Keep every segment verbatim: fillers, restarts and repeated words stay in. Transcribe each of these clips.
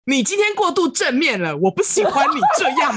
你今天过度正面了，我不喜欢你这样。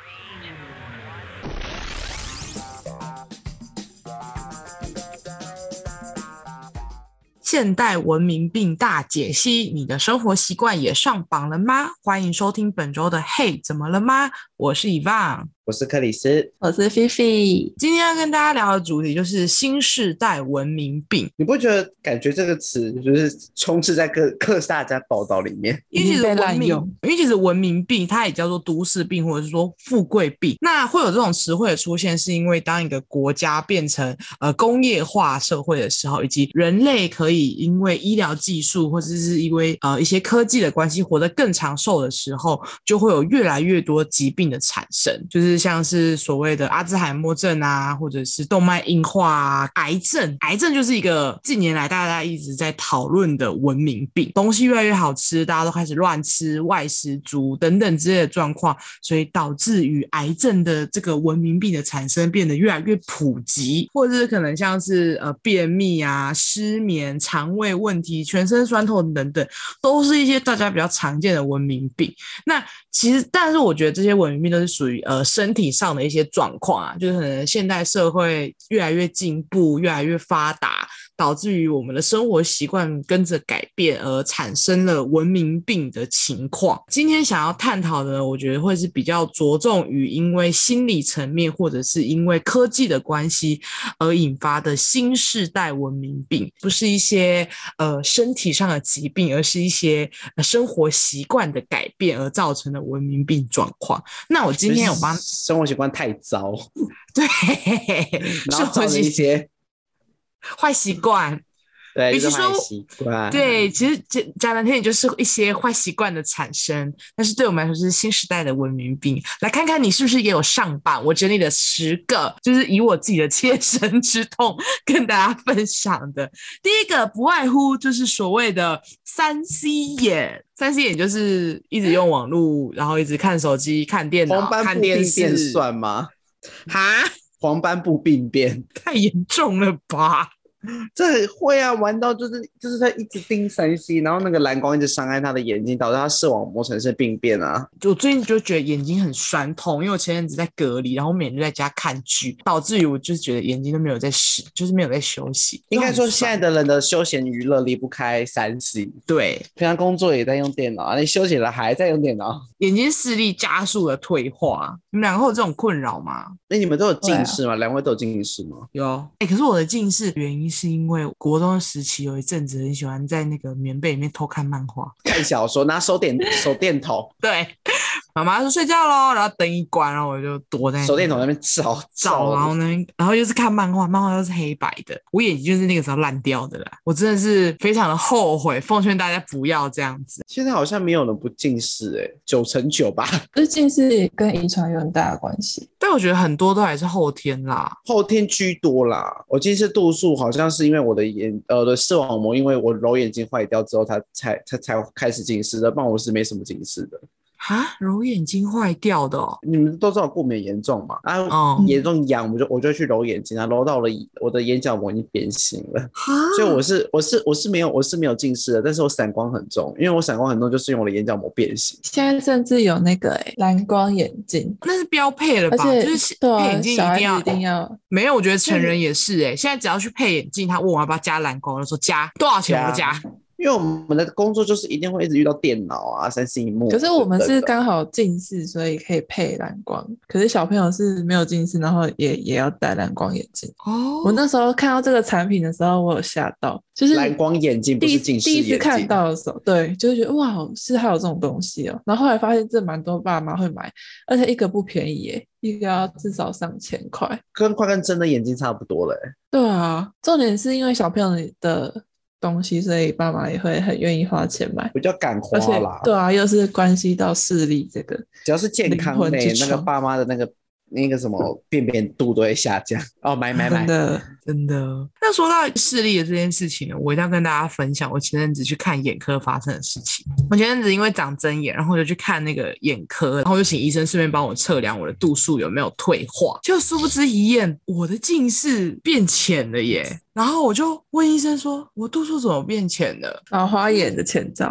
现代文明病大解析，你的生活习惯也上榜了吗？欢迎收听本周的嘿怎么了吗？我是伊旺， 我是克里斯， 我是菲菲。 今天要跟大家聊的主题就是新世代文明病。 你不觉得感觉这个词就是充斥在各各大家报道里面？ 因为其实文明，因为其实文明病它也叫做都市病，或者是说富贵病。那会有这种词汇的出现，是因为当一个国家变成呃工业化社会的时候，以及人类可以因为医疗技术或者是因为呃一些科技的关系活得更长寿的时候，就会有越来越多疾病的产生，就是像是所谓的阿兹海默症啊，或者是动脉硬化啊，癌症。癌症就是一个近年来大家一直在讨论的文明病，东西越来越好吃，大家都开始乱吃外食族等等之类的状况，所以导致于癌症的这个文明病的产生变得越来越普及，或者是可能像是呃便秘啊、失眠、肠胃问题、全身酸痛等等，都是一些大家比较常见的文明病。那其实但是我觉得这些文明病都是属于呃身体上的一些状况啊，就是可能现代社会越来越进步，越来越发达，导致于我们的生活习惯跟着改变而产生了文明病的情况。今天想要探讨的，我觉得会是比较着重于因为心理层面或者是因为科技的关系而引发的新世代文明病，不是一些呃身体上的疾病，而是一些、呃、生活习惯的改变而造成的文明病状况。那我今天有帮生活习惯太糟， 对， 然后造成一些坏习惯。 对， 比如说，对，其实讲难听点就是一些坏习惯的产生，但是对我们来说是新时代的文明病。来看看你是不是也有上榜？我整理了十个，就是以我自己的切身之痛跟大家分享的。第一个不外乎就是所谓的三 C 眼，三 C 眼就是一直用网络，然后一直看手机、看电脑、看电视， 算吗？ 哈， 黄斑部病变太严重了吧？ 这会啊，玩到就是就是他一直盯三 C， 然后那个蓝光一直伤害他的眼睛，导致他视网膜产生病变啊。 我最近就觉得眼睛很酸痛，因为我前阵子在隔离，然后我每天就在家看剧，导致于我就是觉得眼睛都没有在使，就是没有在休息。 应该说现在的人的休闲娱乐离不开三 C， 对， 平常工作也在用电脑，你休息了还在用电脑， 眼睛视力加速的退化。你们两个会有这种困扰吗？ 那、欸、你们都有近视吗？两、啊、位都有近视吗？ 有。哎、欸，可是我的近视原因是因为国中的时期有一阵子很喜欢在那个棉被里面偷看漫画、 看小说，拿手电手电筒。 对，妈妈说睡觉咯，然后灯一关，然后我就躲在手电筒那边照照，然后呢，然后又是看漫画，漫画又是黑白的，我眼睛就是那个时候烂掉的啦。我真的是非常的后悔，奉劝大家不要这样子。 现在好像没有人不近视、欸，哎，九成九吧。 可是近视跟遗传有很大的关系， 但我觉得很多都还是后天啦， 后天居多啦。我近视度数好像是因为我的眼呃的视网膜，因为我揉眼睛坏掉之后，它才它才开始近视的，不然我是没什么近视的。 哈，揉眼睛坏掉的哦？ 你们都知道过敏严重嘛？啊， 嗯、 严重痒，我就我就去揉眼睛啊，揉到了我的眼角膜已经变形了。所以我是我是我是没有我是没有近视的，但是我散光很重，因为我散光很重，就是因为我的眼角膜变形。 现在甚至有那个、欸、蓝光眼镜， 那是标配了吧？ 而且就是对、啊、 配眼镜一定要一定要。 没有，我觉得成人也是哎、欸。现在只要去配眼镜，他问我要不要加蓝光，我就说加多少钱我就加。 因为我们的工作就是一定会一直遇到电脑啊、三 C 萤幕。 可是我们是刚好近视，所以可以配蓝光。可是小朋友是没有近视，然后也也要戴蓝光眼镜。 哦， 我那时候看到这个产品的时候，我有吓到，就是蓝光眼镜不是近视眼镜。 第一次看到的时候，对，就是觉得哇，是还有这种东西哦。然后后来发现这蛮多爸妈会买，而且一个不便宜耶，一个要至少上千块， 跟快跟真的眼镜差不多了耶。 对啊，重点是因为小朋友的东西，所以爸妈也会很愿意花钱买， 比较敢花啦。 对啊，又是关系到视力这个， 只要是健康类，那个爸妈的那个那个什么便便度都会下降哦，买买买， 真的真的。那说到视力的这件事情呢，我一定要跟大家分享我前阵子去看眼科发生的事情。我前阵子因为长针眼，然后我就去看那个眼科，然后就请医生顺便帮我测量我的度数有没有退化，就殊不知一验，我的近视变浅了耶。然后我就问医生说，我度数怎么变浅了？ 老花眼的前兆。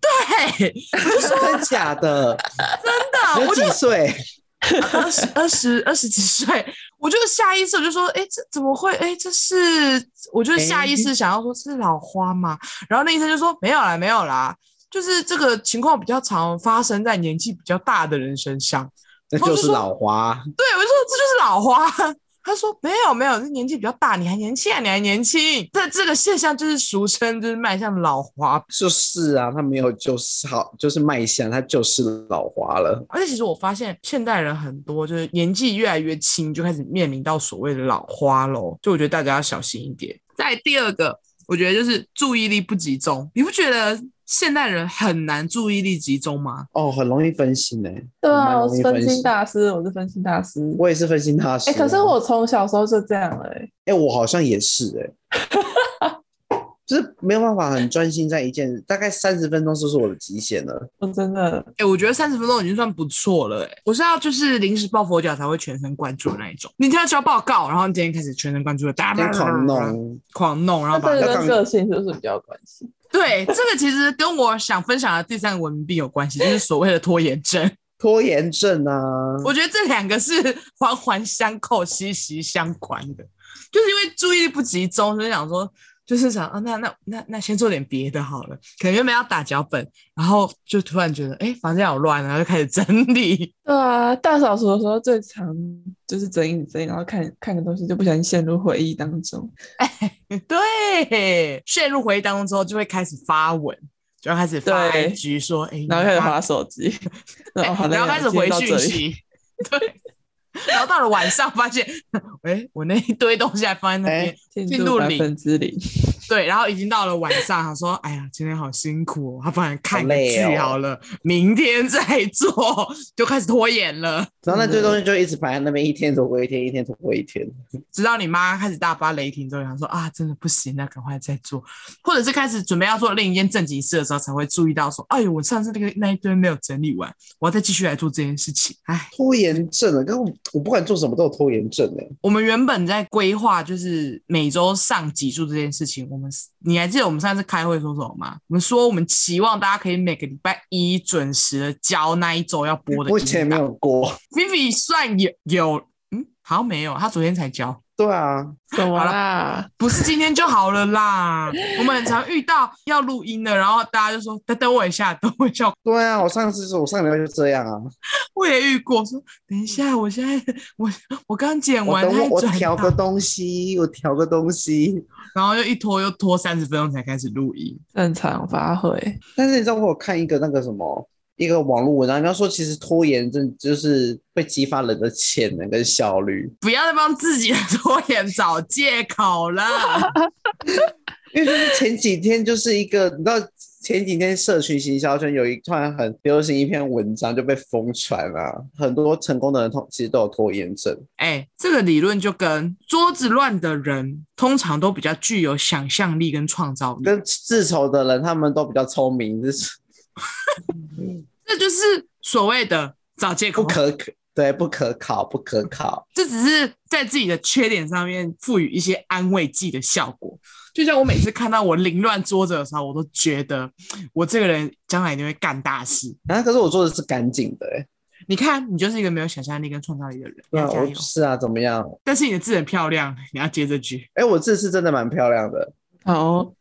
对，我就说真假的？ 真的， 有几岁？ 二十二十二十几岁，我就下意识我就说，哎，这怎么会？哎，这是，我就下意识想要说是老花嘛。然后那医生就说没有啦，没有啦，就是这个情况比较常发生在年纪比较大的人身上。 那就是老花。 对，我就说这就是老花。他说没有没有，是年纪比较大，你还年轻啊，你还年轻。但这个现象就是俗称就是迈向老花。 就是啊，他没有就是好，就是迈向，他就是老花了。 而且其实我发现现代人很多就是年纪越来越轻，就开始面临到所谓的老花咯。就我觉得大家要小心一点。再第二个，我觉得就是注意力不集中。你不觉得现代人很难注意力集中吗？ 哦，很容易分心诶。 对啊，我是分心大师，我是分心大师。 我也是分心大师、啊。 哎、欸，可是我从小时候就这样了哎、欸。 哎、欸，我好像也是哎、欸，就是没有办法很专心在一件，大概三十分钟就是我的极限了。 我真的， 哎、欸，我觉得三十分钟已经算不错了哎、欸。我是要就是临时抱佛脚才会全神贯注的那一种。你今天交报告，然后你今天开始全神贯注的，大家狂弄狂弄，然后把这个跟个性是不是比较有关系？ 对，这个其实跟我想分享的第三个文明病有关系，就是所谓的拖延症。 拖延症啊， 我觉得这两个是环环相扣、息息相关的，就是因为注意力不集中，所以想说，就是想啊，那那那那先做点别的好了。可能原本要打脚本，然后就突然觉得，哎，房间好乱，然后就开始整理。 对啊，大扫除的时候最常就是整理整理，然后看看个东西就不小心陷入回忆当中。 哎，对，陷入回忆当中之后，就会开始发文。就要开始发 I G 说，哎， 然后开始滑手机， 然后, 然后开始回讯息，对，然后到了晚上发现，哎，我那一堆东西还放在那边， 进度百分之零， 对，然后已经到了晚上，他说，哎呀，今天好辛苦哦，他不然看个剧好了，哦、明天再做，就开始拖延了。 然后那堆东西就一直摆在那边，一天拖过一天，一天拖过一天， 直到你妈开始大发雷霆之后，想说啊，真的不行，那赶快再做，或者是开始准备要做另一件正经事的时候，才会注意到说，哎呦，我上次那个那一堆没有整理完，我要再继续来做这件事情。哎， 拖延症了，跟我我不管做什么都有拖延症哎。 我们原本在规划就是每周上集数这件事情，我们你还记得我们上次开会说什么吗？我们说我们期望大家可以每个礼拜一准时的交那一周要播的。 目前没有过。 Vivi 算有有，嗯，好像没有，他昨天才交。 对啊， 怎么啦？ 不是今天就好了啦。我们很常遇到要录音的，然后大家就说等等我一下，等我一下。 对啊，我上次说我上礼拜就这样啊。 我也遇过，说等一下，我现在我我刚剪完， 我我调个东西，我调个东西， 然后又一拖又拖三十分钟才开始录音， 正常发挥。 但是你知道我有看一个那个什么？一个网络文章，人家说其实拖延症就是会激发人的潜能跟效率。 不要再帮自己的拖延找借口了。 因为就是前几天就是一个，你知道前几天社群行销圈有一突然很流行一篇文章就被疯传了，很多成功的人其实都有拖延症。 哎、欸，这个理论就跟桌子乱的人通常都比较具有想象力跟创造力， 跟自丑的人他们都比较聪明，就是这就是所谓的找借口， 不可可对不可考不可考， 这只是在自己的缺点上面赋予一些安慰剂的效果。就像我每次看到我凌乱桌子的时候，我都觉得我这个人将来一定会干大事啊！可是我做的是干净的、欸、 你看你就是一个没有想象力跟创造力的人。 对啊，我是啊，怎么样？ 但是你的字很漂亮，你要接这句。 哎、欸，我字是真的蛮漂亮的。 好。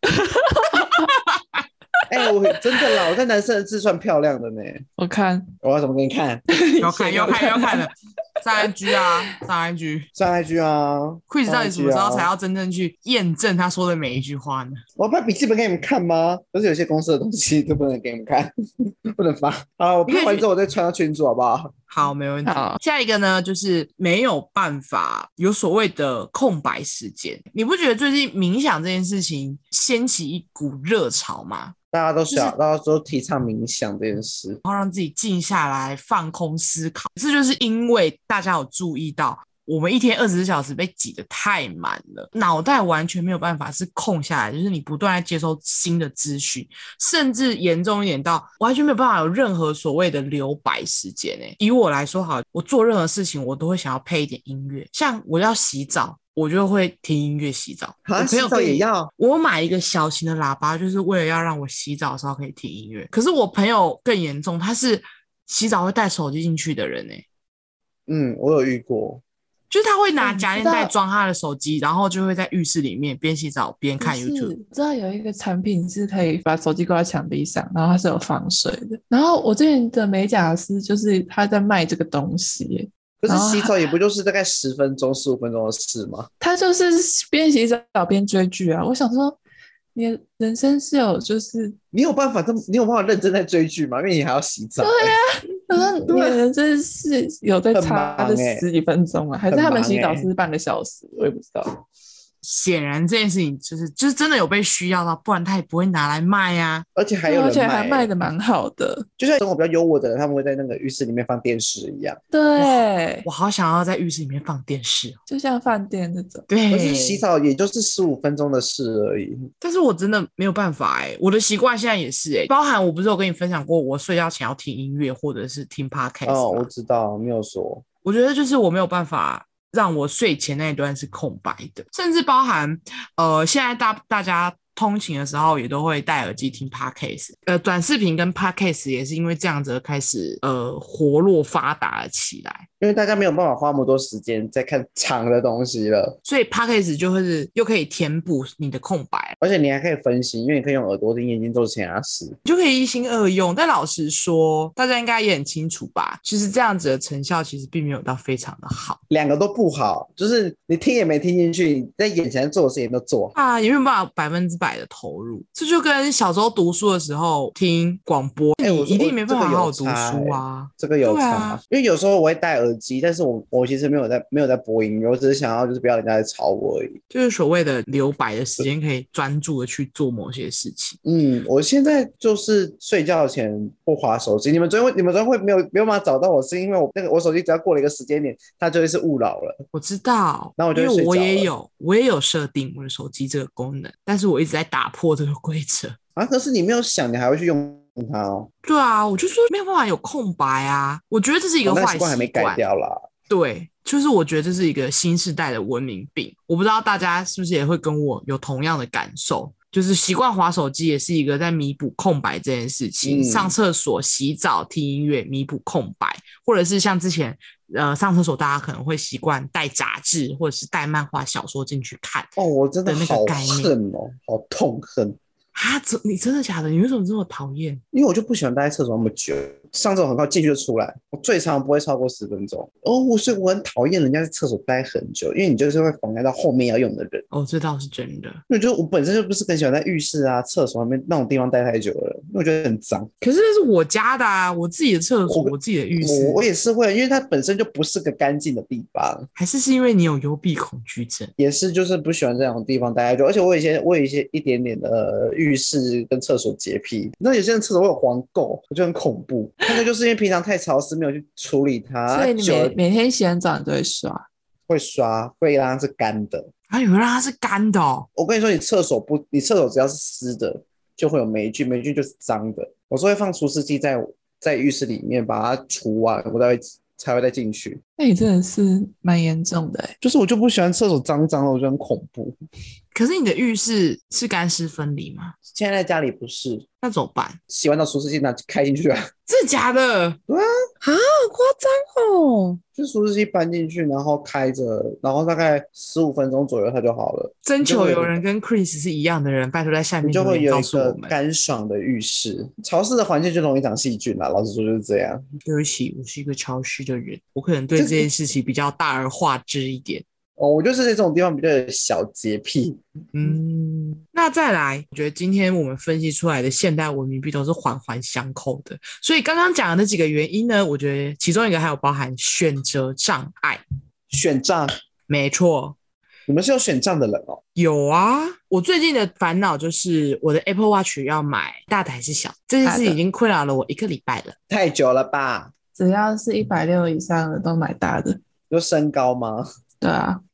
哎、欸，我真的啦，我在男生的字算漂亮的呢。 我看， 我要怎么给你看？ 要看，要看，要看的。上 I G 啊，上 I G， 上 I G 啊。 Chris 到底什么时候才要真正去验证他说的每一句话呢？ 我要拍笔记本给你们看吗？可是有些公司的东西都不能给你们看，不能发。好，我拍完之后我再传到群组，好不好？ 好，没问题。下一个呢，就是没有办法有所谓的空白时间。你不觉得最近冥想这件事情掀起一股热潮吗？ 大家都想，就是、大家都提倡冥想这件事， 然后让自己静下来，放空思考。这就是因为大家有注意到，我们一天二十四小时被挤得太满了，脑袋完全没有办法是空下来，就是你不断在接收新的资讯，甚至严重一点到完全没有办法有任何所谓的留白时间。以我来说好，我做任何事情我都会想要配一点音乐，像我要洗澡。 我就会听音乐洗澡。 啊，洗澡也要？ 我买一个小型的喇叭，就是为了要让我洗澡的时候可以听音乐。可是我朋友更严重，他是洗澡会带手机进去的人欸。 嗯，我有遇过。 就是他会拿夹链袋装他的手机，然后就会在浴室里面边洗澡边看 YouTube。 知道有一个产品是可以把手机挂在墙壁上，然后它是有防水的。然后我之前的美甲师就是他在卖这个东西。 可是洗澡也不就是大概十分钟、十五分钟的事吗？ 他就是边洗澡边追剧啊！我想说，你的人生是有就是你有办法这么，你有办法认真在追剧吗？因为你还要洗澡、欸。 对啊，我说你的人生是有在差这十几分钟啊，还是他们洗澡是半个小时？我也不知道。 显然这件事情就是就是真的有被需要到，不然他也不会拿来卖啊。 而且还有人卖、欸， 而且还卖的蛮好的， 就像生活比较优渥的人，他们会在那个浴室里面放电视一样。 对， 我好想要在浴室里面放电视， 就像饭店那种。 对， 可是洗澡也就是十五分钟的事而已。 但是我真的没有办法哎、欸，我的习惯现在也是哎、欸，包含我不是有跟你分享过，我睡觉前要听音乐或者是听 podcast。 哦，我知道，没有说。 我觉得就是我没有办法让我睡前那一段是空白的，甚至包含呃，现在大大家通勤的时候也都会戴耳机听 podcast， 呃，短视频跟 podcast 也是因为这样子开始呃活络发达了起来。 因为大家没有办法花那么多时间在看长的东西了， 所以 podcast 就会是又可以填补你的空白， 而且你还可以分析，因为你可以用耳朵听，眼睛做其他事， 就可以一心二用。但老实说，大家应该也很清楚吧，其实这样子的成效其实并没有到非常的好， 两个都不好，就是你听也没听进去，你在眼前做的事情都做啊，也没有办法百分之百的投入。这就跟小时候读书的时候听广播， 欸、 你一定没办法好好读书啊。这个有差、欸，这个有差、啊，因为有时候我会戴耳机，但是我我其实没有在没有在播音乐，我只是想要就是不要人家在吵我而已， 就是所谓的留白的时间，可以专注的去做某些事情。 嗯，我现在就是睡觉前不滑手机。你们昨天会你们昨天会没有没有办法找到我，是因为我那个我手机只要过了一个时间点，它就会是勿扰了。 我知道， 然后我就因为我也有我也有设定我的手机这个功能，但是我一直在打破这个规则啊。可是你没有想，你还会去用它哦？ 对啊，我就说没有办法有空白啊。我觉得这是一个坏习惯， 那习惯还没改掉啦。 对，就是我觉得这是一个新世代的文明病。我不知道大家是不是也会跟我有同样的感受，就是习惯滑手机也是一个在弥补空白这件事情。嗯、上厕所、洗澡、听音乐弥补空白，或者是像之前呃上厕所大家可能会习惯带杂志或者是带漫画小说进去看。 哦，我真的好恨哦，好痛恨。 啊，你真的假的？你为什么这么讨厌？ 因为我就不喜欢待在厕所那么久，上厕所很快进去就出来，我最长不会超过十分钟。哦，所以我很讨厌人家在厕所待很久，因为你就是会妨碍到后面要用的人。 哦，这倒是真的。 因为我觉得我本身就不是很喜欢在浴室啊、厕所那边那种地方待太久了，因为我觉得很脏。 可是这是我家的啊，我自己的厕所，我, 我自己的浴室。 我, 我也是会，因为它本身就不是个干净的地方。 还是是因为你有幽闭恐惧症？ 也是，就是不喜欢这种地方待太久，而且我有一些我有一些一点点的浴室跟厕所洁癖。那有些人厕所会有黄垢，我觉得很恐怖。那个就是因为平常太潮湿，没有去处理它。 所以你每每天洗完澡你都会刷？ 会刷，会让它是干的。 还有让它是干的哦。 我跟你说，你厕所不，你厕所只要是湿的，就会有霉菌，霉菌就是脏的。我说会放除湿机在在浴室里面把它除完，我才会才会再进去。 那你真的是蛮严重的欸。 就是我就不喜欢厕所脏脏的，我觉得很恐怖。 可是你的浴室是干湿分离吗？ 现在在家里不是， 那怎么办？ 洗完澡除湿机拿开进去啊。 真的假的？ 对啊， 好夸张哦！ 就除湿机搬进去，然后开着，然后大概十五分钟左右它就好了。 征求有人跟 Chris 是一样的人，拜托在下面你就会有一个们干爽的浴室。潮湿的环境就容易长细菌啦，老实说就是这样。 对不起，我是一个潮湿的人，我可能对这件事情比较大而化之一点。 哦，我就是在这种地方比较有小洁癖。 嗯，那再来，我觉得今天我们分析出来的现代文明病都是环环相扣的，所以刚刚讲的那几个原因呢，我觉得其中一个还有包含选择障碍。 选账？ 没错。 你们是有选账的人哦？ 有啊，我最近的烦恼就是我的 Apple Watch 要买大的还是小，这件事已经困扰了我一个礼拜了。 太久了吧？ 只要是一百六以上的都买大的。 有身高吗？ 对啊，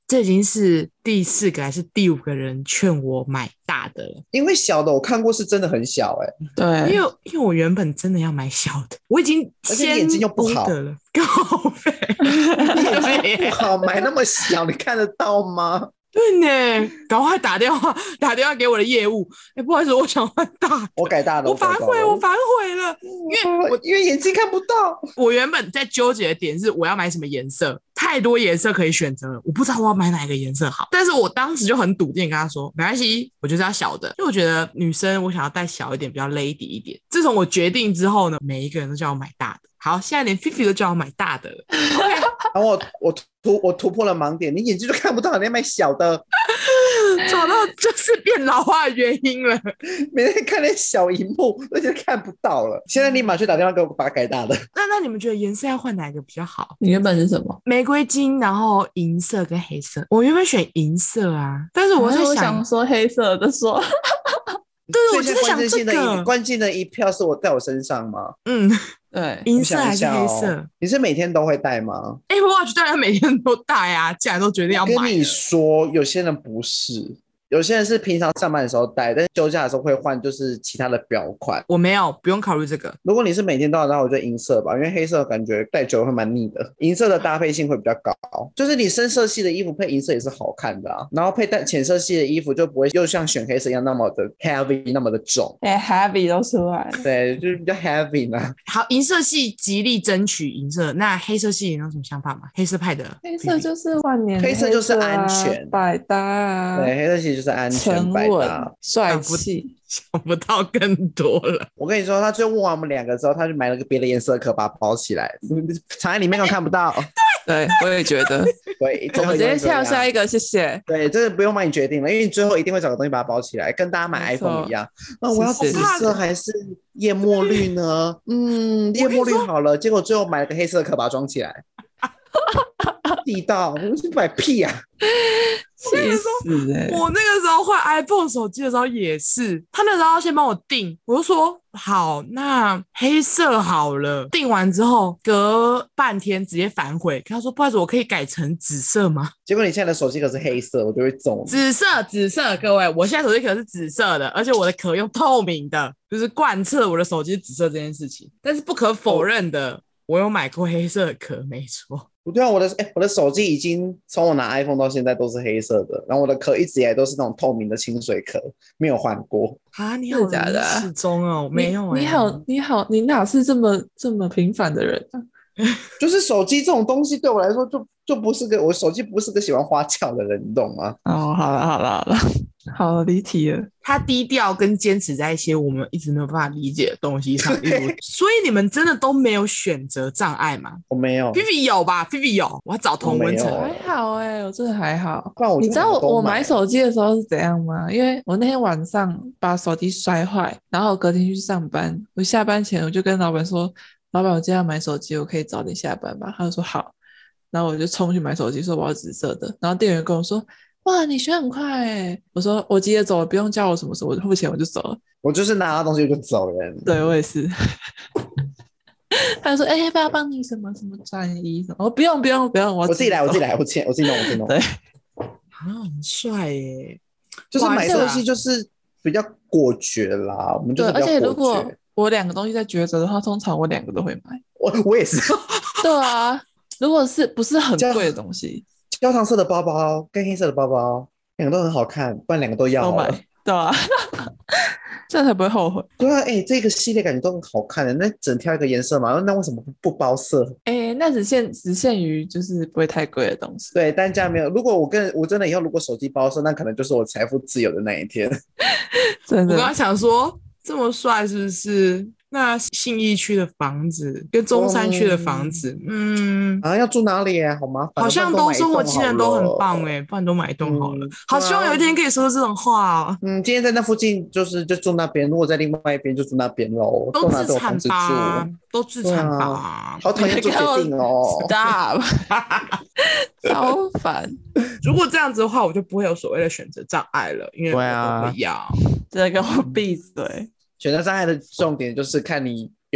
这已经是第四个还是第五个人劝我买大的了。 因为小的我看过是真的很小哎、欸， 对， 因为因为我原本真的要买小的，我已经先而且你眼睛又不好 order 了，高费，对不好买那么小，你看得到吗？ 对呢，赶快打电话打电话给我的业务，哎，不好意思，我想换大的， 我改大的， 我反悔，我反悔了， 因为我因为眼睛看不到。 我原本在纠结的点是我要买什么颜色，太多颜色可以选择了，我不知道我要买哪一个颜色好。但是我当时就很笃定跟他说，没关系，我就是要小的，因为我觉得女生我想要带小一点，比较 lady 一点。自从我决定之后呢，每一个人都叫我买大的。好，现在连菲菲都叫我买大的了。 然后我我突我突破了盲点，你眼睛就看不到，你要买小的， 找到就是变老化的原因了。 每天看那小荧幕，而且看不到了。现在立马去打电话给我，把它改大的。 那那你们觉得颜色要换哪一个比较好？ 你原本是什么？ 玫瑰金，然后银色跟黑色。我原本选银色啊，但是我在想， 我想说黑色的说。 对，我就在想这个关键的一票是我在我身上吗？ 嗯， 对， 银色还是黑色？ 哦、你是每天都会戴吗 ？Apple Watch 当然每天都戴啊，既然都决定要买。 我跟你说，有些人不是。有些人是平常上班的时候戴，但是休假的时候会换，就是其他的表款。 我没有，不用考虑这个。 如果你是每天都要戴，我觉得银色吧，因为黑色感觉戴久了会蛮腻的。银色的搭配性会比较高，就是你深色系的衣服配银色也是好看的啊。然后配浅色系的衣服就不会又像选黑色一样那么的 heavy， 那么的重。 哎、欸、，heavy 都出来了。 对，就是比较 heavy 呢。 好，银色系极力争取银色，那黑色系你有什么想法吗？黑色派的， 黑色就是万年、啊， 黑色就是安全， 百搭啊。 对，黑色系就是安全。 沉稳帅气， 想不到更多了。 我跟你说，他最后问完我们两个之后，他就买了个别的颜色的壳把它包起来，藏在里面都看不到。 对，我也觉得。 对， 我们直接跳下一个，谢谢。 对，这个不用帮你决定了，因为你最后一定会找个东西把它包起来，跟大家买 iPhone 一样。那我要紫色还是夜墨绿呢？嗯，夜墨绿好了。结果最后买了个黑色的壳把它装起来。地道，我是买屁啊！ 气死欸！ 我那个时候换 iPhone 手机的时候也是，他那时候要先帮我订，我就说好，那黑色好了。订完之后，隔半天直接反悔，跟他说不好意思，我可以改成紫色吗？ 结果你现在的手机壳是黑色，我就会中。 紫色，紫色，各位，我现在手机壳是紫色的，而且我的壳用透明的，就是贯彻我的手机是紫色这件事情。但是不可否认的，哦、我有买过黑色的壳，没错。 对啊，我的哎，我的手机已经从我拿 iPhone 到现在都是黑色的，然后我的壳一直以来都是那种透明的清水壳，没有换过。 啊，你好假的始终哦，没有、欸、 你好，你好，你哪是这么这么平凡的人啊？ 就是手机这种东西对我来说就就不是个，我手机不是个喜欢花俏的人，你懂吗？ 哦，好了好了好了，好了，离题了。 他低调跟坚持在一些我们一直没有办法理解的东西上，例如，所以你们真的都没有选择障碍吗？ 我没有 ，Vivi 有吧 ？Vivi 有，我要找同温层。 还好哎、欸，我真的还好。 我你知道我买手机的时候是怎样吗？因为我那天晚上把手机摔坏，然后我隔天去上班，我下班前我就跟老板说，老板，我今天要买手机，我可以早点下班吧？他就说好，然后我就冲去买手机，说我要紫色的，然后店员跟我说，哇，你选很快欸。我说我急着走了，不用叫我什么时候，我付钱我就走了。 我就是拿到东西就走人。 对，我也是。他就说，哎、欸，要不要帮你什么什么转移什么？我不用不用不用，我我自己来，我自己来，我自己我自己弄，我自己弄。 对， 啊，很帅耶！ 就是买东西就是比较果决啦，我们就是比较果决。 而且如果我两个东西在抉择的话，通常我两个都会买。 我我也是。 对啊，如果是不是很贵的东西， 焦糖色的包包跟黑色的包包两个都很好看，不然两个都要都买。对啊，这样才不会后悔。 对啊，哎、欸，这个系列感觉都很好看的，那只能挑一个颜色嘛？那为什么不包色？ 哎、欸，那只限只限于就是不会太贵的东西。 对，单价没有。如果我跟我真的以后如果手机包色，那可能就是我财富自由的那一天。 真的， 我刚刚想说，这么帅是不是？那信义区的房子跟中山区的房子，嗯， 啊，要住哪里啊？好麻烦， 好像都生活机能都很棒哎、欸，不然都买一栋好了。嗯、好希望有一天可以说这种话哦。 嗯，今天在那附近就是就住那边，如果在另外一边就住那边喽。 都自产吧，都自产吧。 啊、好讨厌做决定哦 ！Stop， 超烦。 如果这样子的话，我就不会有所谓的选择障碍了，因为我都会要。 这个我闭嘴。 选择障碍的重点就是看你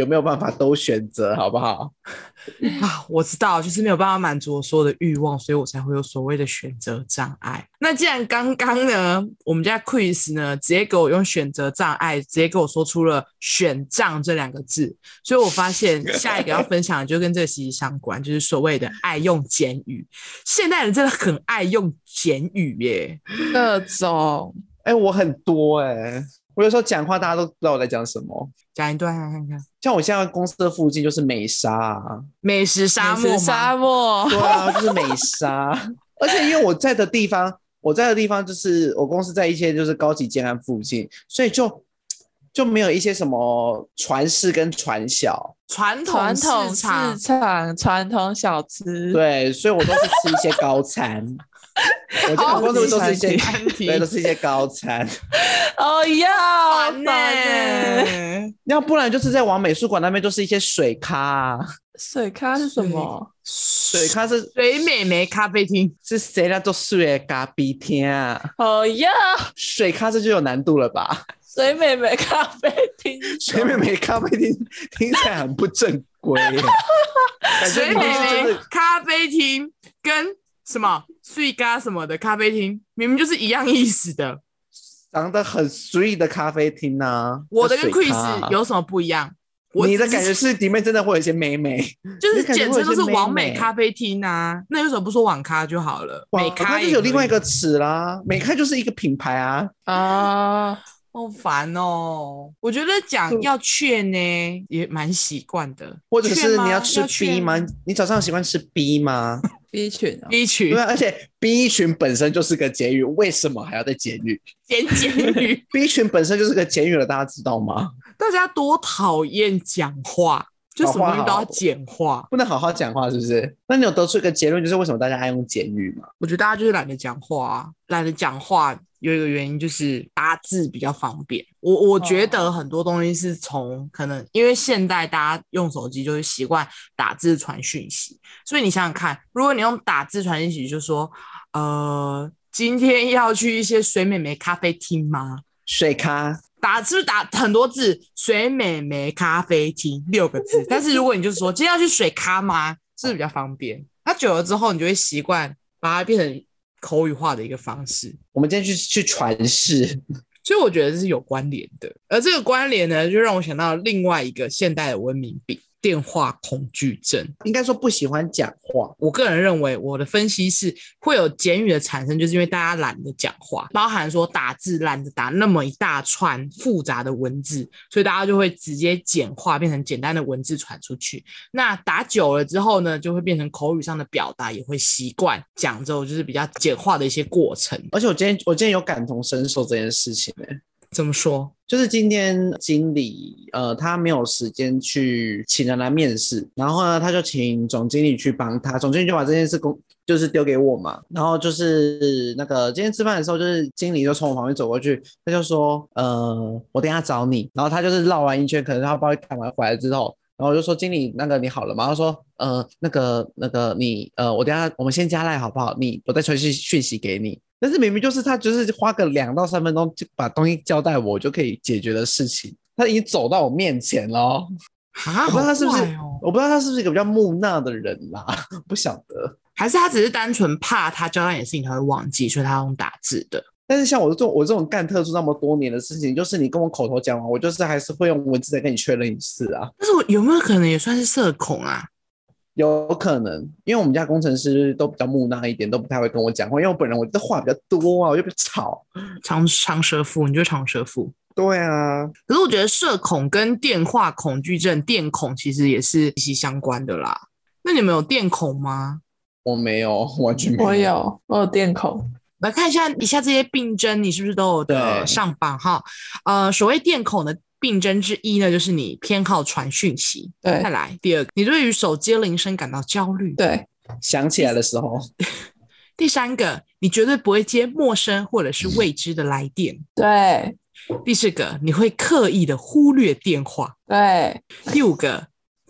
有没有办法都选择，好不好？ 啊，我知道，就是没有办法满足我所有的欲望，所以我才会有所谓的选择障碍。那既然刚刚呢，我们家 Chris 呢，直接给我用选择障碍，直接给我说出了选障这两个字，所以我发现下一个要分享的就跟这个息息相关，就是所谓的爱用简语。现代人真的很爱用简语耶， 各种。 哎、欸，我很多哎、欸，我有时候讲话大家都不知道我在讲什么。 讲一段看看。 像我现在公司的附近就是美沙、啊， 美食沙漠吗？ 美食沙漠， 对啊，就是美沙。而且因为我在的地方，我在的地方就是我公司在一些就是高级建案附近，所以就就没有一些什么传世跟传小。 传统传统市场、 市场、传统小吃， 对，所以我都是吃一些高餐。我家公司都是一些，对，都是一些高餐。 哦呀， 烦呢！ 要不然就是在往美术馆那边，就是一些水咖、啊。 水咖是什么？ 水咖是水美眉咖啡厅， 是谁在做水咖啡厅啊？ 哦呀， 水咖这就有难度了吧？ 水美眉咖啡厅， 水美眉咖啡厅听起来很不正规耶。 水美眉咖啡厅跟什么水咖什么的咖啡厅，明明就是一样意思的， 长得很 sweet 的咖啡厅啊。 我的跟 Chris 有什么不一样？ 你的感觉是里面真的会有一些美美， 就是简称都是网美咖啡厅啊。那为什么不说网咖就好了？美咖就有另外一个词啦，美咖就是一个品牌啊。 啊。 好烦哦！我觉得讲要劝呢，也蛮习惯的。 或者是你要吃 B 吗？你早上喜欢吃 B 吗 ？B 群、哦、 ，B 群， 对、啊，而且 B 群本身就是个简语，为什么还要再简语？ 简简语 ，B 群本身就是个简语了，大家知道吗？ 大家多讨厌讲话，就什么东西都要简化， 不能好好讲话，是不是？那你有得出一个结论，就是为什么大家爱用简语吗？ 我觉得大家就是懒得讲话啊，懒得讲话。有一个原因就是打字比较方便，我我觉得很多东西是从可能因为现代大家用手机就是习惯打字传讯息，所以你想想看，如果你用打字传讯息，就说呃今天要去一些水美眉咖啡厅吗？ 水咖打是不是打很多字？水美眉咖啡厅六个字，但是如果你就是说今天要去水咖吗？是不是比较方便？那久了之后，你就会习惯把它变成口语化的一个方式。 我们今天去去传世， 所以我觉得这是有关联的。而这个关联呢，就让我想到另外一个现代的文明病——电话恐惧症。 应该说不喜欢讲话。 我个人认为，我的分析是会有简语的产生，就是因为大家懒得讲话，包含说打字懒得打那么一大串复杂的文字，所以大家就会直接简化，变成简单的文字传出去。那打久了之后呢，就会变成口语上的表达，也会习惯讲之后就是比较简化的一些过程。 而且我今天我今天有感同身受这件事情、欸、 怎么说？ 就是今天经理呃他没有时间去请人来面试，然后呢他就请总经理去帮他，总经理就把这件事公就是丢给我嘛，然后就是那个今天吃饭的时候，就是经理就从我旁边走过去，他就说呃我等一下找你，然后他就是绕完一圈，可能他不知道干嘛回来之后，然后我就说经理那个你好了吗？他说呃那个那个你呃我等一下我们先加赖好不好？你我再传讯息给你。但是明明就是他就是花个两到三分钟就把东西交代我就可以解决的事情，他已经走到我面前了、哦啊、 我不知道他是不是、 哦、 我不知道他是不是一个比较木讷的人啦，不晓得， 还是他只是单纯怕他交代你的事情他会忘记，所以他用打字的。 但是像我这种我这种干特殊那么多年的事情，就是你跟我口头讲完，我就是还是会用文字再跟你确认一次啊。 但是我有没有可能也算是社恐啊？ 有可能，因为我们家工程师都比较木讷一点，都不太会跟我讲话，因为我本人我的话比较多啊，我就比较吵， 长长舌妇，你就长舌妇。 对啊， 可是我觉得社恐跟电话恐惧症、电恐其实也是息息相关的啦。那你们有电恐吗？ 我没有，完全没有。 我有，我有电恐。 来看一下以下这些病症，你是不是都有的上榜哈？呃，所谓电恐的病症之一呢，就是你偏好传讯息。 对， 再来第二个，你对于手机铃声感到焦虑。 对， 想起来的时候。 第三个，你绝对不会接陌生或者是未知的来电。 对。 第四个，你会刻意的忽略电话。 对。 第五个，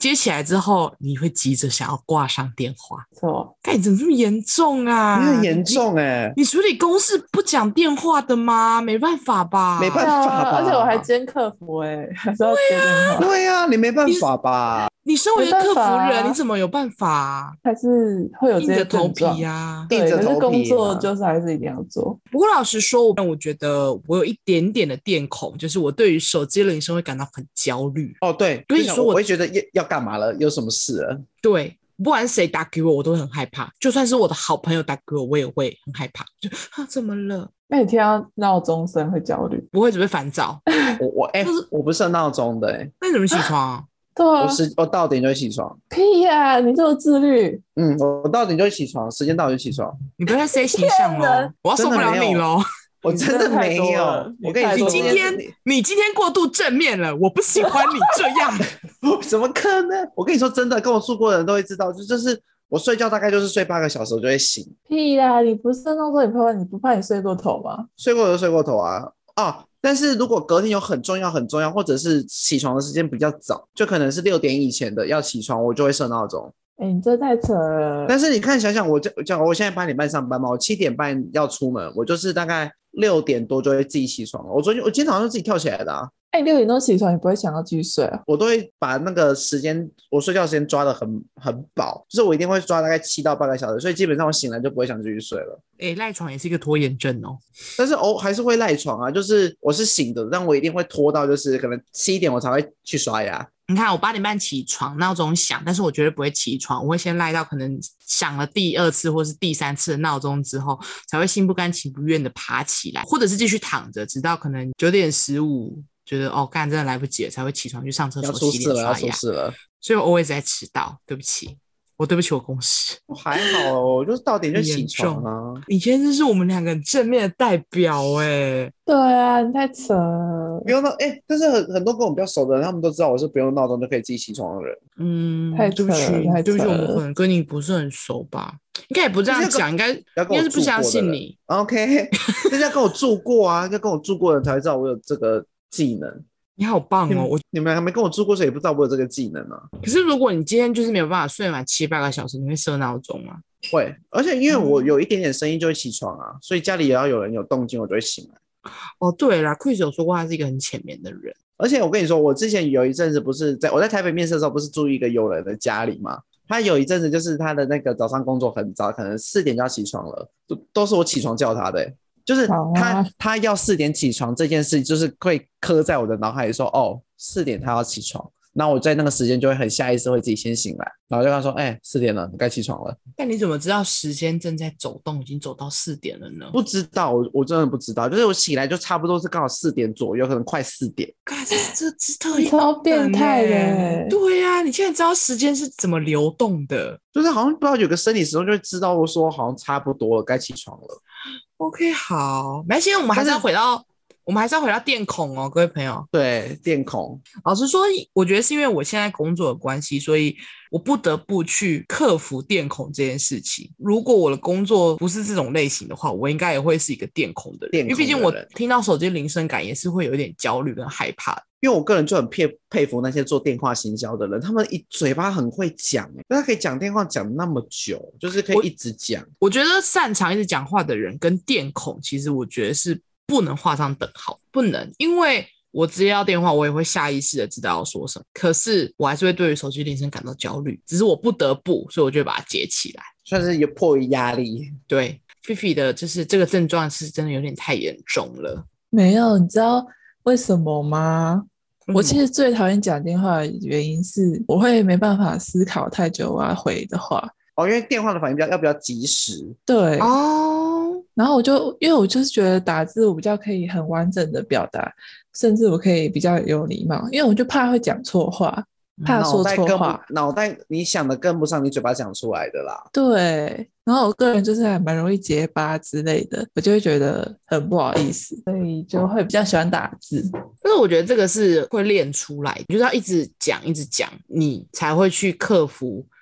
接起来之后，你会急着想要挂上电话。 错， 干，你怎么这么严重啊？ 你很严重哎、欸， 你处理公事不讲电话的吗？没办法吧？ 没办法吧？ 啊，而且我还兼客服哎、欸，还是要接电话。 对呀、啊，你没办法吧？ 你身为一个客服人， 啊、 你怎么有办法、啊？ 还是会有这些硬着头症状皮啊。 对， 硬着头皮啊可是工作就是还是一定要做。 不过老实说，我我觉得我有一点点的电恐，就是我对于手机铃声会感到很焦虑。 哦，对， 所以说我我会觉得要要干嘛了，有什么事了？ 对，不管谁打给我，我都会很害怕。就算是我的好朋友打给我，我也会很害怕。就啊，怎么了？ 那你听到闹钟声会焦虑？ 不会，只会烦躁。 我我哎、欸，我不设闹钟的哎、欸。 那你怎么起床啊？ 对啊， 我时我到点就会起床。 屁呀、啊！你这么自律。 嗯，我到点就会起床，时间到就起床。 你不要再 say 形象喽，我要受不了你喽。 我真的没有。我跟你说，你今天你今天过度正面了，我不喜欢你这样。 怎么可能？我跟你说真的，跟我住过的人都会知道，就就是我睡觉大概就是睡八个小时，我就会醒。 屁呀、啊！你不是闹钟，你怕你不怕你睡过头吗？ 睡过就睡过头啊。哦，但是如果隔天有很重要很重要，或者是起床的时间比较早，就可能是六点以前的要起床，我就会设闹钟。 哎、欸，你这太扯了。 但是你看，想想我讲，我现在八点半上班嘛，我七点半要出门，我就是大概六点多就会自己起床了。我昨天我今天早上就自己跳起来的啊。 哎、欸，六点多起床，你不会想要继续睡啊？ 我都会把那个时间，我睡觉时间抓得很很饱，就是我一定会抓大概七到八个小时，所以基本上我醒来就不会想继续睡了。 哎、欸，赖床也是一个拖延症哦。 但是偶还是会赖床啊，就是我是醒的，但我一定会拖到就是可能七点我才会去刷牙。 你看我八点半起床，闹钟响，但是我绝对不会起床，我会先赖到可能响了第二次或是第三次的闹钟之后，才会心不甘情不愿的爬起来，或者是继续躺着，直到可能九点十五，觉得哦干真的来不及了，才会起床去上厕所洗脸刷牙。 要出事了， 所以我 always 在迟到，对不起。我对不起我公司， 我还好哦，我就是到点就起床啊。 你今天真是我们两个正面的代表哎、欸。 对啊，你太扯了。 不用闹哎、欸，但是很很多跟我比较熟的人，他们都知道我是不用闹钟就可以自己起床的人。 嗯， 太对不起，对不起，我们可能跟你不是很熟吧？应该也不这样讲，应该应该是不相信你。 OK， 人家跟我住过啊，要跟我住过的人才会知道我有这个技能。 你好棒哦！我你们还没跟我住过，所以也不知道我有这个技能啊。 可是如果你今天就是没有办法睡满七八个小时，你会设闹钟吗？ 会，而且因为我有一点点声音就会起床啊，所以家里也要有人有动静，我就会醒来。 哦，对啦 ，Chris 有说过他是一个很浅眠的人。 而且我跟你说，我之前有一阵子不是在我在台北面试的时候，不是住一个友人的家里吗？他有一阵子就是他的那个早上工作很早，可能四点就要起床了，都都是我起床叫他的、欸。就是他、啊、他要四点起床这件事，就是会刻在我的脑海里说，哦，四点他要起床，那我在那个时间就会很下意识会自己先醒来，然后就跟他说，哎、欸，四点了，你该起床了。 但你怎么知道时间正在走动，已经走到四点了呢？ 不知道，我我真的不知道，就是我起来就差不多是刚好四点左右，可能快四点。 这这这特异超变态的。 对呀、啊，你现在知道时间是怎么流动的， 就是好像不知道有个生理时钟就会知道我说好像差不多了，该起床了。 OK， 好，没关系，我们还是要回到，我们还是要回到电恐哦，各位朋友。 对，电恐。 老实说，我觉得是因为我现在工作的关系，所以我不得不去克服电恐这件事情。如果我的工作不是这种类型的话，我应该也会是一个电恐的人， 电恐的人， 因为毕竟我听到手机铃声感也是会有点焦虑跟害怕的。 因为我个人就很佩佩服那些做电话行销的人，他们一嘴巴很会讲，他可以讲电话讲那么久，就是可以一直讲。 我觉得擅长一直讲话的人跟电恐，其实我觉得是不能画上等号，不能，因为我接到电话，我也会下意识的知道要说什么，可是我还是会对于手机铃声感到焦虑，只是我不得不，所以我就会把它接起来， 算是有迫于压力。 对，菲菲的就是这个症状是真的有点太严重了。 没有，你知道为什么吗？我其实最讨厌讲电话的原因是我会没办法思考太久我要回的话。 哦，因为电话的反应比较要比较及时。 对哦， 然后我就因为我就是觉得打字我比较可以很完整的表达，甚至我可以比较有礼貌，因为我就怕会讲错话，怕说错话， 脑袋你想的跟不上你嘴巴讲出来的啦。 对，然后我个人就是还蛮容易结巴之类的，我就会觉得很不好意思，所以就会比较喜欢打字。 但是我觉得这个是会练出来，就是要一直讲一直讲，你才会去克服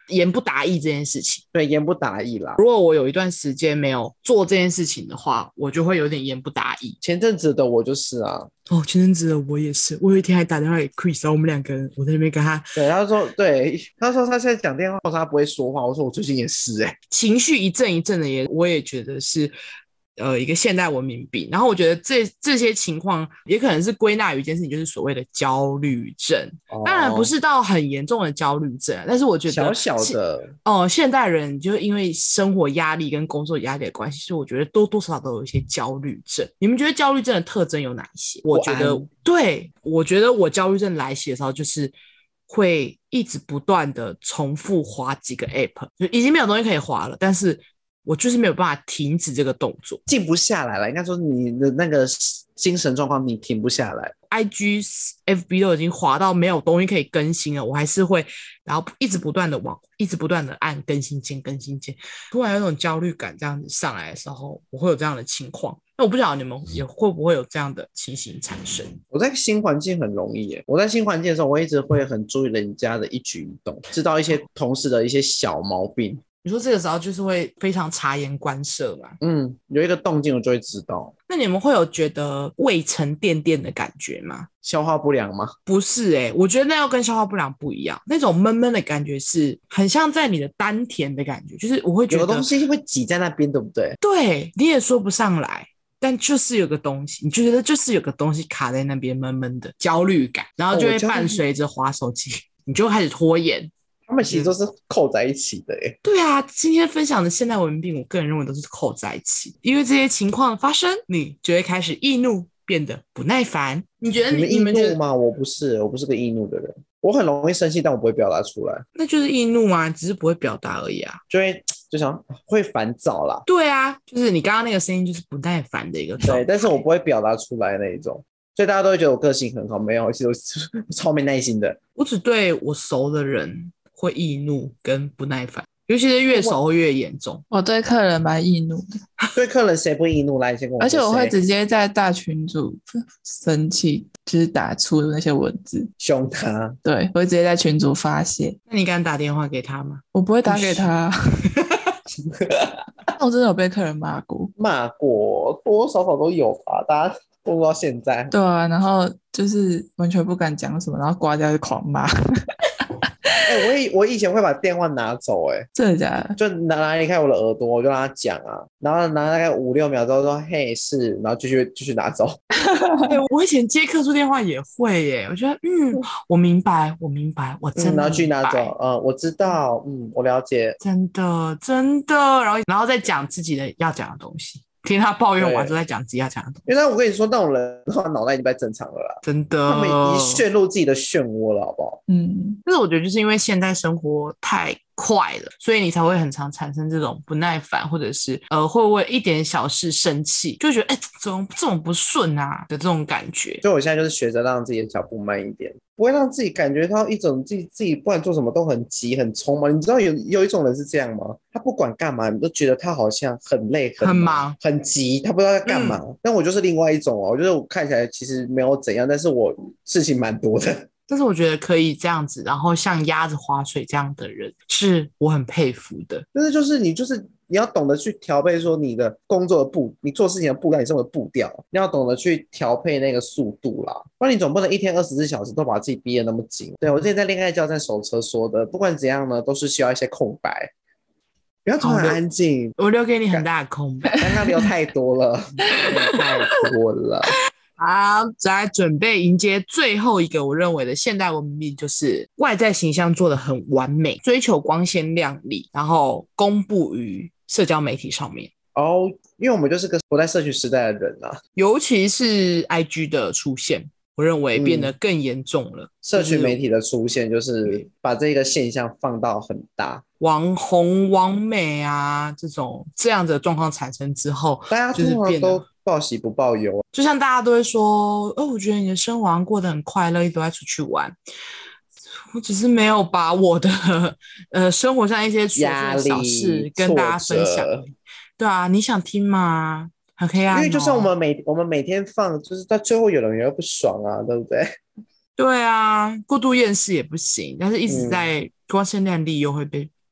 言不达意这件事情。 对，言不达意啦。 如果我有一段时间没有做这件事情的话，我就会有点言不达意。 前阵子的我就是啊， 哦，前阵子的我也是，我有一天还打电话给 Chris， 然后我们两个人，我在那边跟他， 对，他说，对，他说他现在讲电话，他不会说话。我说我最近也是、欸，哎， 情绪一阵一阵的也，我也觉得是。呃，一个现代文明病，然后我觉得这这些情况也可能是归纳于一件事情，就是所谓的焦虑症。哦、当然不是到很严重的焦虑症，但是我觉得小小的哦、呃，现代人就是因为生活压力跟工作压力的关系，所以我觉得多多少少都有一些焦虑症。你们觉得焦虑症的特征有哪一些？我觉得，对，我觉得我焦虑症来袭的时候，就是会一直不断的重复滑几个 app， 就已经没有东西可以滑了，但是我就是没有办法停止这个动作， 静不下来了。应该说你的那个精神状况你停不下来。 I G、F B 都已经滑到没有东西可以更新了，我还是会，然后一直不断的往，一直不断的按更新键、更新键。突然有种焦虑感这样子上来的时候，我会有这样的情况。那我不晓得你们也会不会有这样的情形产生？ 我在新环境很容易耶。我在新环境的时候，我一直会很注意人家的一举一动，知道一些同事的一些小毛病。 你说这个时候就是会非常察言观色嘛？ 嗯，有一个动静我就会知道。 那你们会有觉得胃沉甸甸的感觉吗？ 消化不良吗？ 不是欸，我觉得那要跟消化不良不一样，那种闷闷的感觉是很像在你的丹田的感觉，就是我会觉得有个东西会挤在那边，对不对？ 对，你也说不上来，但就是有个东西，你觉得就是有个东西卡在那边闷闷的焦虑感，然后就会伴随着滑手机，你就开始拖延。 他们其实都是扣在一起的耶。 对啊，今天分享的现代文明病，我个人认为都是扣在一起，因为这些情况发生，你就会开始易怒，变得不耐烦。你觉得 你, 你们易怒吗？我不是，我不是个易怒的人，我很容易生气，但我不会表达出来。 那就是易怒啊，只是不会表达而已啊， 就会就想会烦躁啦。 对啊，就是你刚刚那个声音就是不耐烦的一个状态。 对，但是我不会表达出来那一种。所以大家都会觉得我个性很好，没有，其实我超没耐心的。 我只对我熟的人会易怒跟不耐烦，尤其是越熟会越严重。 我对客人蛮易怒的， 对客人谁不易怒？来，先跟我说。 而且我会直接在大群组生气，就是打出那些文字凶他。 对，我会直接在群组发泄。 那你敢打电话给他吗？ 我不会打给他。我真的有被客人骂过， 骂过，多多少少都有吧，大家都到现在。 对啊，然后就是完全不敢讲什么，然后挂掉就狂骂。 哎、欸，我以我以前会把电话拿走、欸，哎， 真的假的？ 就拿拿离开我的耳朵，我就让他讲啊，然后拿大概五六秒之后说嘿是，然后继续继续拿走。 欸、我以前接客诉电话也会耶，我觉得嗯，我明白，我明白，我真的明白、嗯、 然后去拿走，嗯，我知道，嗯，我了解， 真的真的，然后然后再讲自己的要讲的东西。听他抱怨完之后再讲自己要讲的东西， 因为我跟你说，那种人他脑袋已经不太正常了啦， 真的， 他们已经陷入自己的漩涡了，好不好？ 嗯， 但是我觉得就是因为现代生活太快了，所以你才会很常产生这种不耐烦，或者是呃会为一点小事生气，就觉得哎、欸、怎么这种不顺啊的这种感觉。 所以我现在就是学着让自己的脚步慢一点，不会让自己感觉到一种自己自己不管做什么都很急很冲嘛。你知道有有一种人是这样吗？他不管干嘛，你都觉得他好像很累很忙很急，他不知道在干嘛、嗯。但我就是另外一种哦，我觉得我看起来其实没有怎样，但是我事情蛮多的。 但是我觉得可以这样子，然后像鸭子划水这样的人，是我很佩服的。 但是就是你就是你要懂得去调配说你的工作的步，你做事情的步调，你生活的步调，你要懂得去调配那个速度啦。不然你总不能一天二十四小时都把自己逼得那么紧。对，我之前在恋爱交战手册说的，不管怎样呢，都是需要一些空白。不要突然安静， 我留给你很大的空白。 刚刚留太多了，太多了。 好，再准备迎接最后一个我认为的现代文明病，就是外在形象做得很完美，追求光鲜亮丽，然后公布于社交媒体上面。 哦，因为我们就是个活在社群时代的人啊， 尤其是 I G 的出现，我认为变得更严重了、嗯。 社群媒体的出现就是把这个现象放到很大， 网红、网美啊这种这样的状况产生之后， 大家通常都报喜不报忧， 就像大家都会说，哦，我觉得你的生活好像过得很快乐，一直都在出去玩。我只是没有把我的呃生活上一些琐碎的小事跟大家分享。对啊，你想听吗？很黑暗、哦。 因为就算我们每我们每天放，就是到最后有人也会不爽啊，对不对？ 对啊，过度厌世也不行，但是一直在光鲜亮丽又会被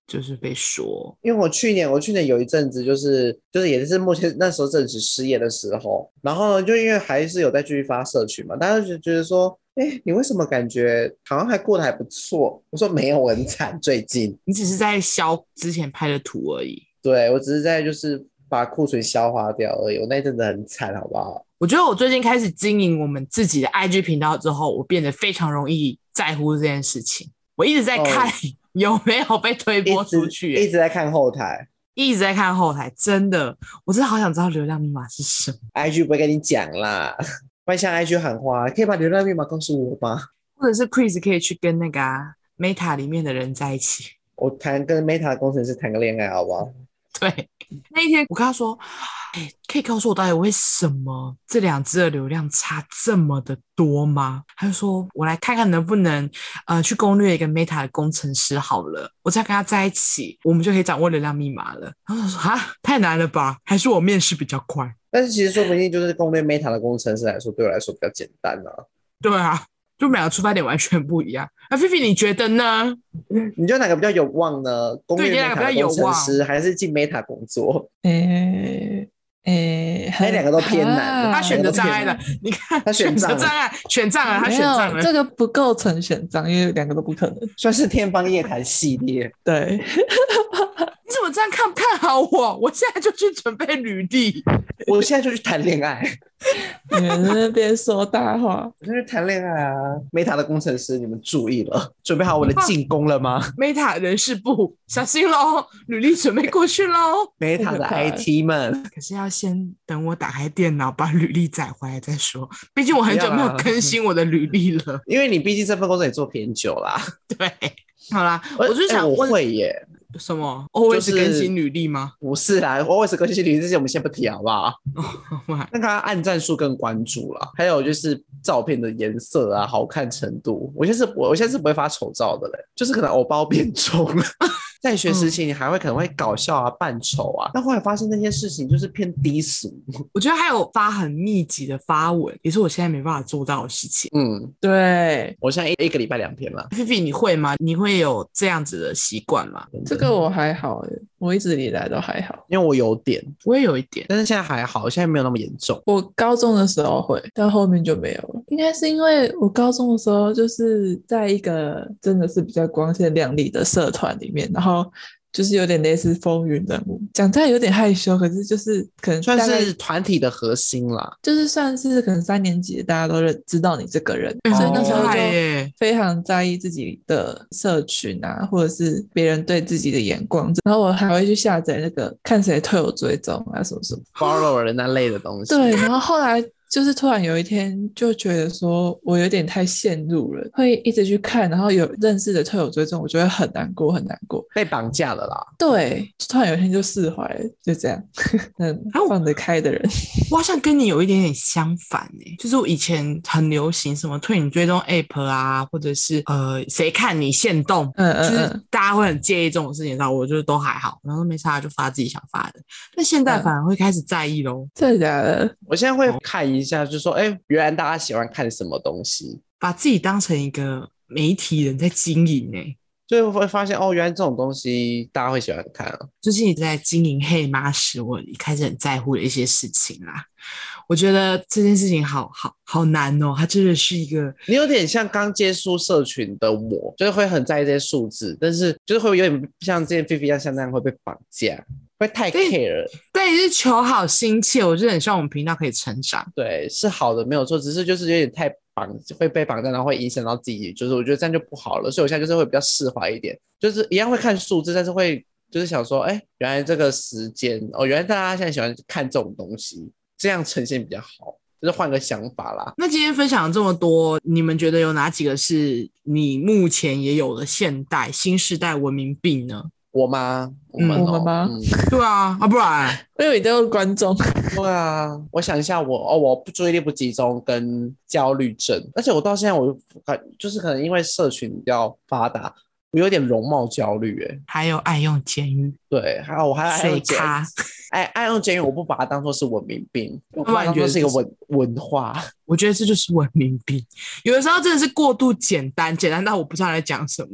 就是被说？ 因为我去年我去年有一阵子就是就是也是目前那时候正值失业的时候，然后呢就因为还是有在继续发社群嘛，大家就觉得说，哎，你为什么感觉好像还过得还不错？我说没有，我很惨，最近你只是在消之前拍的图而已。 对我只是在就是把库存消化掉而已，我那一阵子很惨，好不好？ 我觉得我最近开始经营我们自己的 I G 频道之后，我变得非常容易在乎这件事情。我一直在看、哦、有没有被推播出去、 欸一，一直在看后台， 一直在看后台，真的，我真的好想知道流量密码是什么。 I G 不会跟你讲啦，不然向 I G 喊话，可以把流量密码告诉我吗？ 或者是 Chris 可以去跟那个、啊、Meta 里面的人在一起， 我谈跟 Meta 的工程师谈个恋爱，好不好？ 对，那一天我跟他说，哎，可以告诉我到底为什么这两支的流量差这么的多吗？他就说，我来看看能不能呃去攻略一个 Meta 的工程师好了，我只要跟他在一起，我们就可以掌握流量密码了。然后我说啊，太难了吧？还是我面试比较快？ 但是其实说不定就是攻略 Meta 的工程师来说，对我来说比较简单啊。 对啊。就我们两个出发点完全不一样。那菲菲你觉得呢？ 你觉得哪个比较有望呢？攻略 Meta 的工程师还是进 Meta 工作？ 诶诶， 那两个都偏难的。 他选择障碍了，你看， 他选择障碍，选障了，他选障了。 这个不构成选障，因为两个都不可能， 算是天方夜谭系列。 对。 你怎么这样看不看好我？我现在就去准备履历， 我现在就去谈恋爱。 你们在那边说大话， 我就去谈恋爱啊 ！Meta 的工程师，你们注意了，准备好我的进攻了吗 ？Meta 人事部，小心喽！履历准备过去喽 ！Meta 的 I T 们， 可是要先等我打开电脑把履历载回来再说，毕竟我很久没有更新我的履历了。 因为你毕竟这份工作也做偏久啦。 对，好啦，我就想问，欸、我会耶。 什么 ？always 更新履历吗？ 不是啦 ，always 更新履历这些我们先不提好不好？那个按赞数跟关注啦，还有就是照片的颜色啊、好看程度。我现在是我现在是不会发丑照的嘞，就是可能偶包变重了。在学时期，你还会可能会搞笑啊、扮丑啊，但后来发现那些事情就是偏低俗。 我觉得还有发很密集的发文，也是我现在没办法做到的事情。 嗯， 对， 我现在 一, 一个礼拜两篇了。 菲菲，你会吗？你会有这样子的习惯吗？ 这个我还好耶，我一直以来都还好， 因为我有点， 我也有一点， 但是现在还好，现在没有那么严重。 我高中的时候会，但后面就没有了。应该是因为我高中的时候就是在一个真的是比较光鲜亮丽的社团里面，然后就是有点类似风云人物，讲起来有点害羞，可是就是可能算是团体的核心啦， 就是算是可能三年级大家都认知道你这个人， 哦、 所以那时候就非常在意自己的社群啊，或者是别人对自己的眼光，然后我还会去下载那个看谁推我追踪啊什么什么 follower 那类的东西。 对，然后后来就是突然有一天就觉得说我有点太陷入了，会一直去看，然后有认识的推友追踪，我觉得很难过很难过， 被绑架了啦。 对，突然有一天就释怀了，就这样很放得开的人。 我好像跟你有一点点相反欸，就是我以前很流行什么推你追踪 app 啊，或者是呃谁看你限动， 嗯嗯嗯， 就是大家会很介意这种事情，然后我就都还好，然后没差就发自己想发的，但现在反而会开始在意咯、 嗯、真的假的？ 我现在会看一下，就说哎，原来大家喜欢看什么东西， 把自己当成一个媒体人在经营欸， 就会发现哦，原来这种东西大家会喜欢看啊。 最近在经营黑妈时，我开始很在乎的一些事情啦。我觉得这件事情好好好难哦，它真的是一个， 你有点像刚接触社群的我，就是会很在意这些数字，但是就是会有点像之前菲菲一样，像那样会被绑架，会太 care 了。 对，是求好心切，我就很希望我们频道可以成长。 对，是好的没有错，只是就是有点太绑，会被绑架，然后会影响到自己，就是我觉得这样就不好了，所以我现在就是会比较释怀一点，就是一样会看数字，但是会就是想说，哎，原来这个时间哦，原来大家现在喜欢看这种东西，这样呈现比较好，就是换个想法啦。 那今天分享了这么多，你们觉得有哪几个是你目前也有的现代新世代文明病呢？ 我吗？我们、哦嗯、我们吗？ 嗯、对啊，啊不然， 我以为你都是观众。 对啊，我想一下我，我哦，我注意力不集中跟焦虑症，而且我到现在我就是可能因为社群比较发达，我有点容貌焦虑，哎， 还有爱用监狱， 对，还有我还爱用水咖， 爱爱用监狱，我不把它当作是文明病，我把它当作是一个文文化。 我觉得这就是文明病，有的时候真的是过度简单，简单到我不知道在讲什么。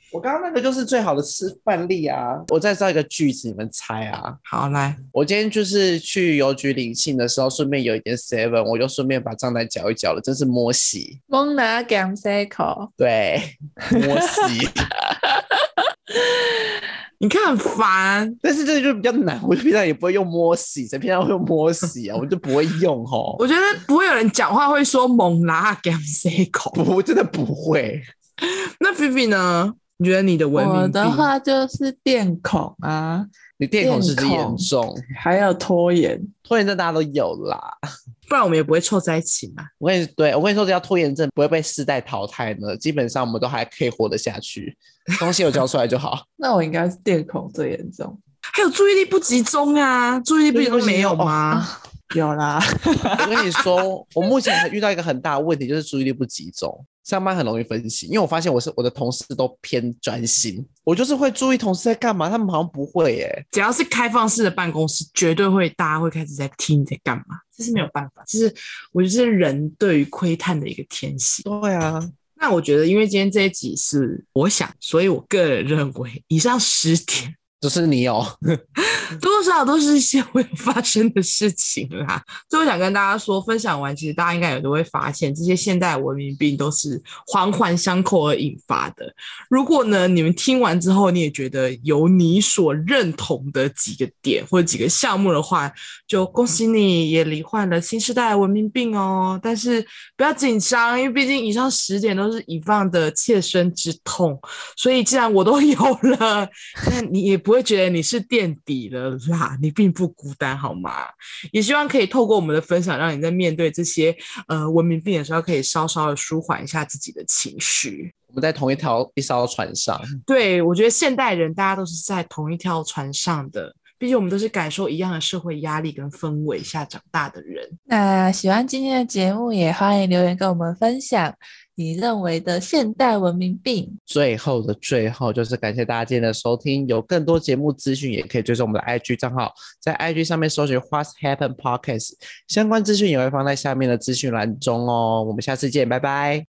我刚刚那个就是最好的示范例啊！我再造一个句子，你们猜啊？ 好，来， 我今天就是去邮局领信的时候，顺便有一点 seven， 我就顺便把账单缴一缴了，真是摸洗。 蒙拿 gam c 口， 对，摸洗。 你看很烦， 但是这个就比较难，我平常也不会用摸洗，谁平常会用摸洗啊？我就不会用吼。 我觉得不会有人讲话会说猛拉 gam c 口， 不，真的不会。 那菲菲呢？你觉得你的文明我病？ 的话就是电恐啊， 你电恐是不是严重？ 还有拖延， 拖延症大家都有啦， 不然我们也不会凑在一起嘛。 我跟你对我跟你说，只要拖延症不会被世代淘汰呢，基本上我们都还可以活得下去，东西有交出来就好。 那我应该是电恐最严重。 还有注意力不集中啊，注意力不集中没有吗？ 哦、有啦。 我跟你说，我目前还遇到一个很大的问题，就是注意力不集中。上班很容易分心，因为我发现我是我的同事都偏专心，我就是会注意同事在干嘛，他们好像不会耶。 只要是开放式的办公室，绝对会大家会开始在听你在干嘛，这是没有办法，这是我觉得是人对于窥探的一个天性。 对啊， 那我觉得因为今天这一集是我想，所以我个人认为以上十点就是你哦， 多多少少都是一些会有发生的事情啦。所以我想跟大家说，分享完，其实大家应该也都会发现，这些现代文明病都是环环相扣而引发的。如果呢，你们听完之后，你也觉得有你所认同的几个点或者几个项目的话，就恭喜你也罹患了新时代的文明病哦。但是不要紧张，因为毕竟以上十点都是以放的切身之痛，所以既然我都有了，那你也不会觉得你是垫底了啦，你并不孤单好吗？也希望可以透过我们的分享，让你在面对这些呃文明病的时候，可以稍稍的舒缓一下自己的情绪。 我们在同一条一艘船上。 对，我觉得现代人大家都是在同一条船上的，毕竟我们都是感受一样的社会压力跟氛围下长大的人。 那喜欢今天的节目，也欢迎留言跟我们分享你认为的现代文明病。 最后的最后，就是感谢大家今天的收听。有更多节目资讯，也可以追踪我们的 I G 账号，在 I G 上面搜寻 What's Happened Podcast， 相关资讯也会放在下面的资讯栏中哦。我们下次见，拜拜。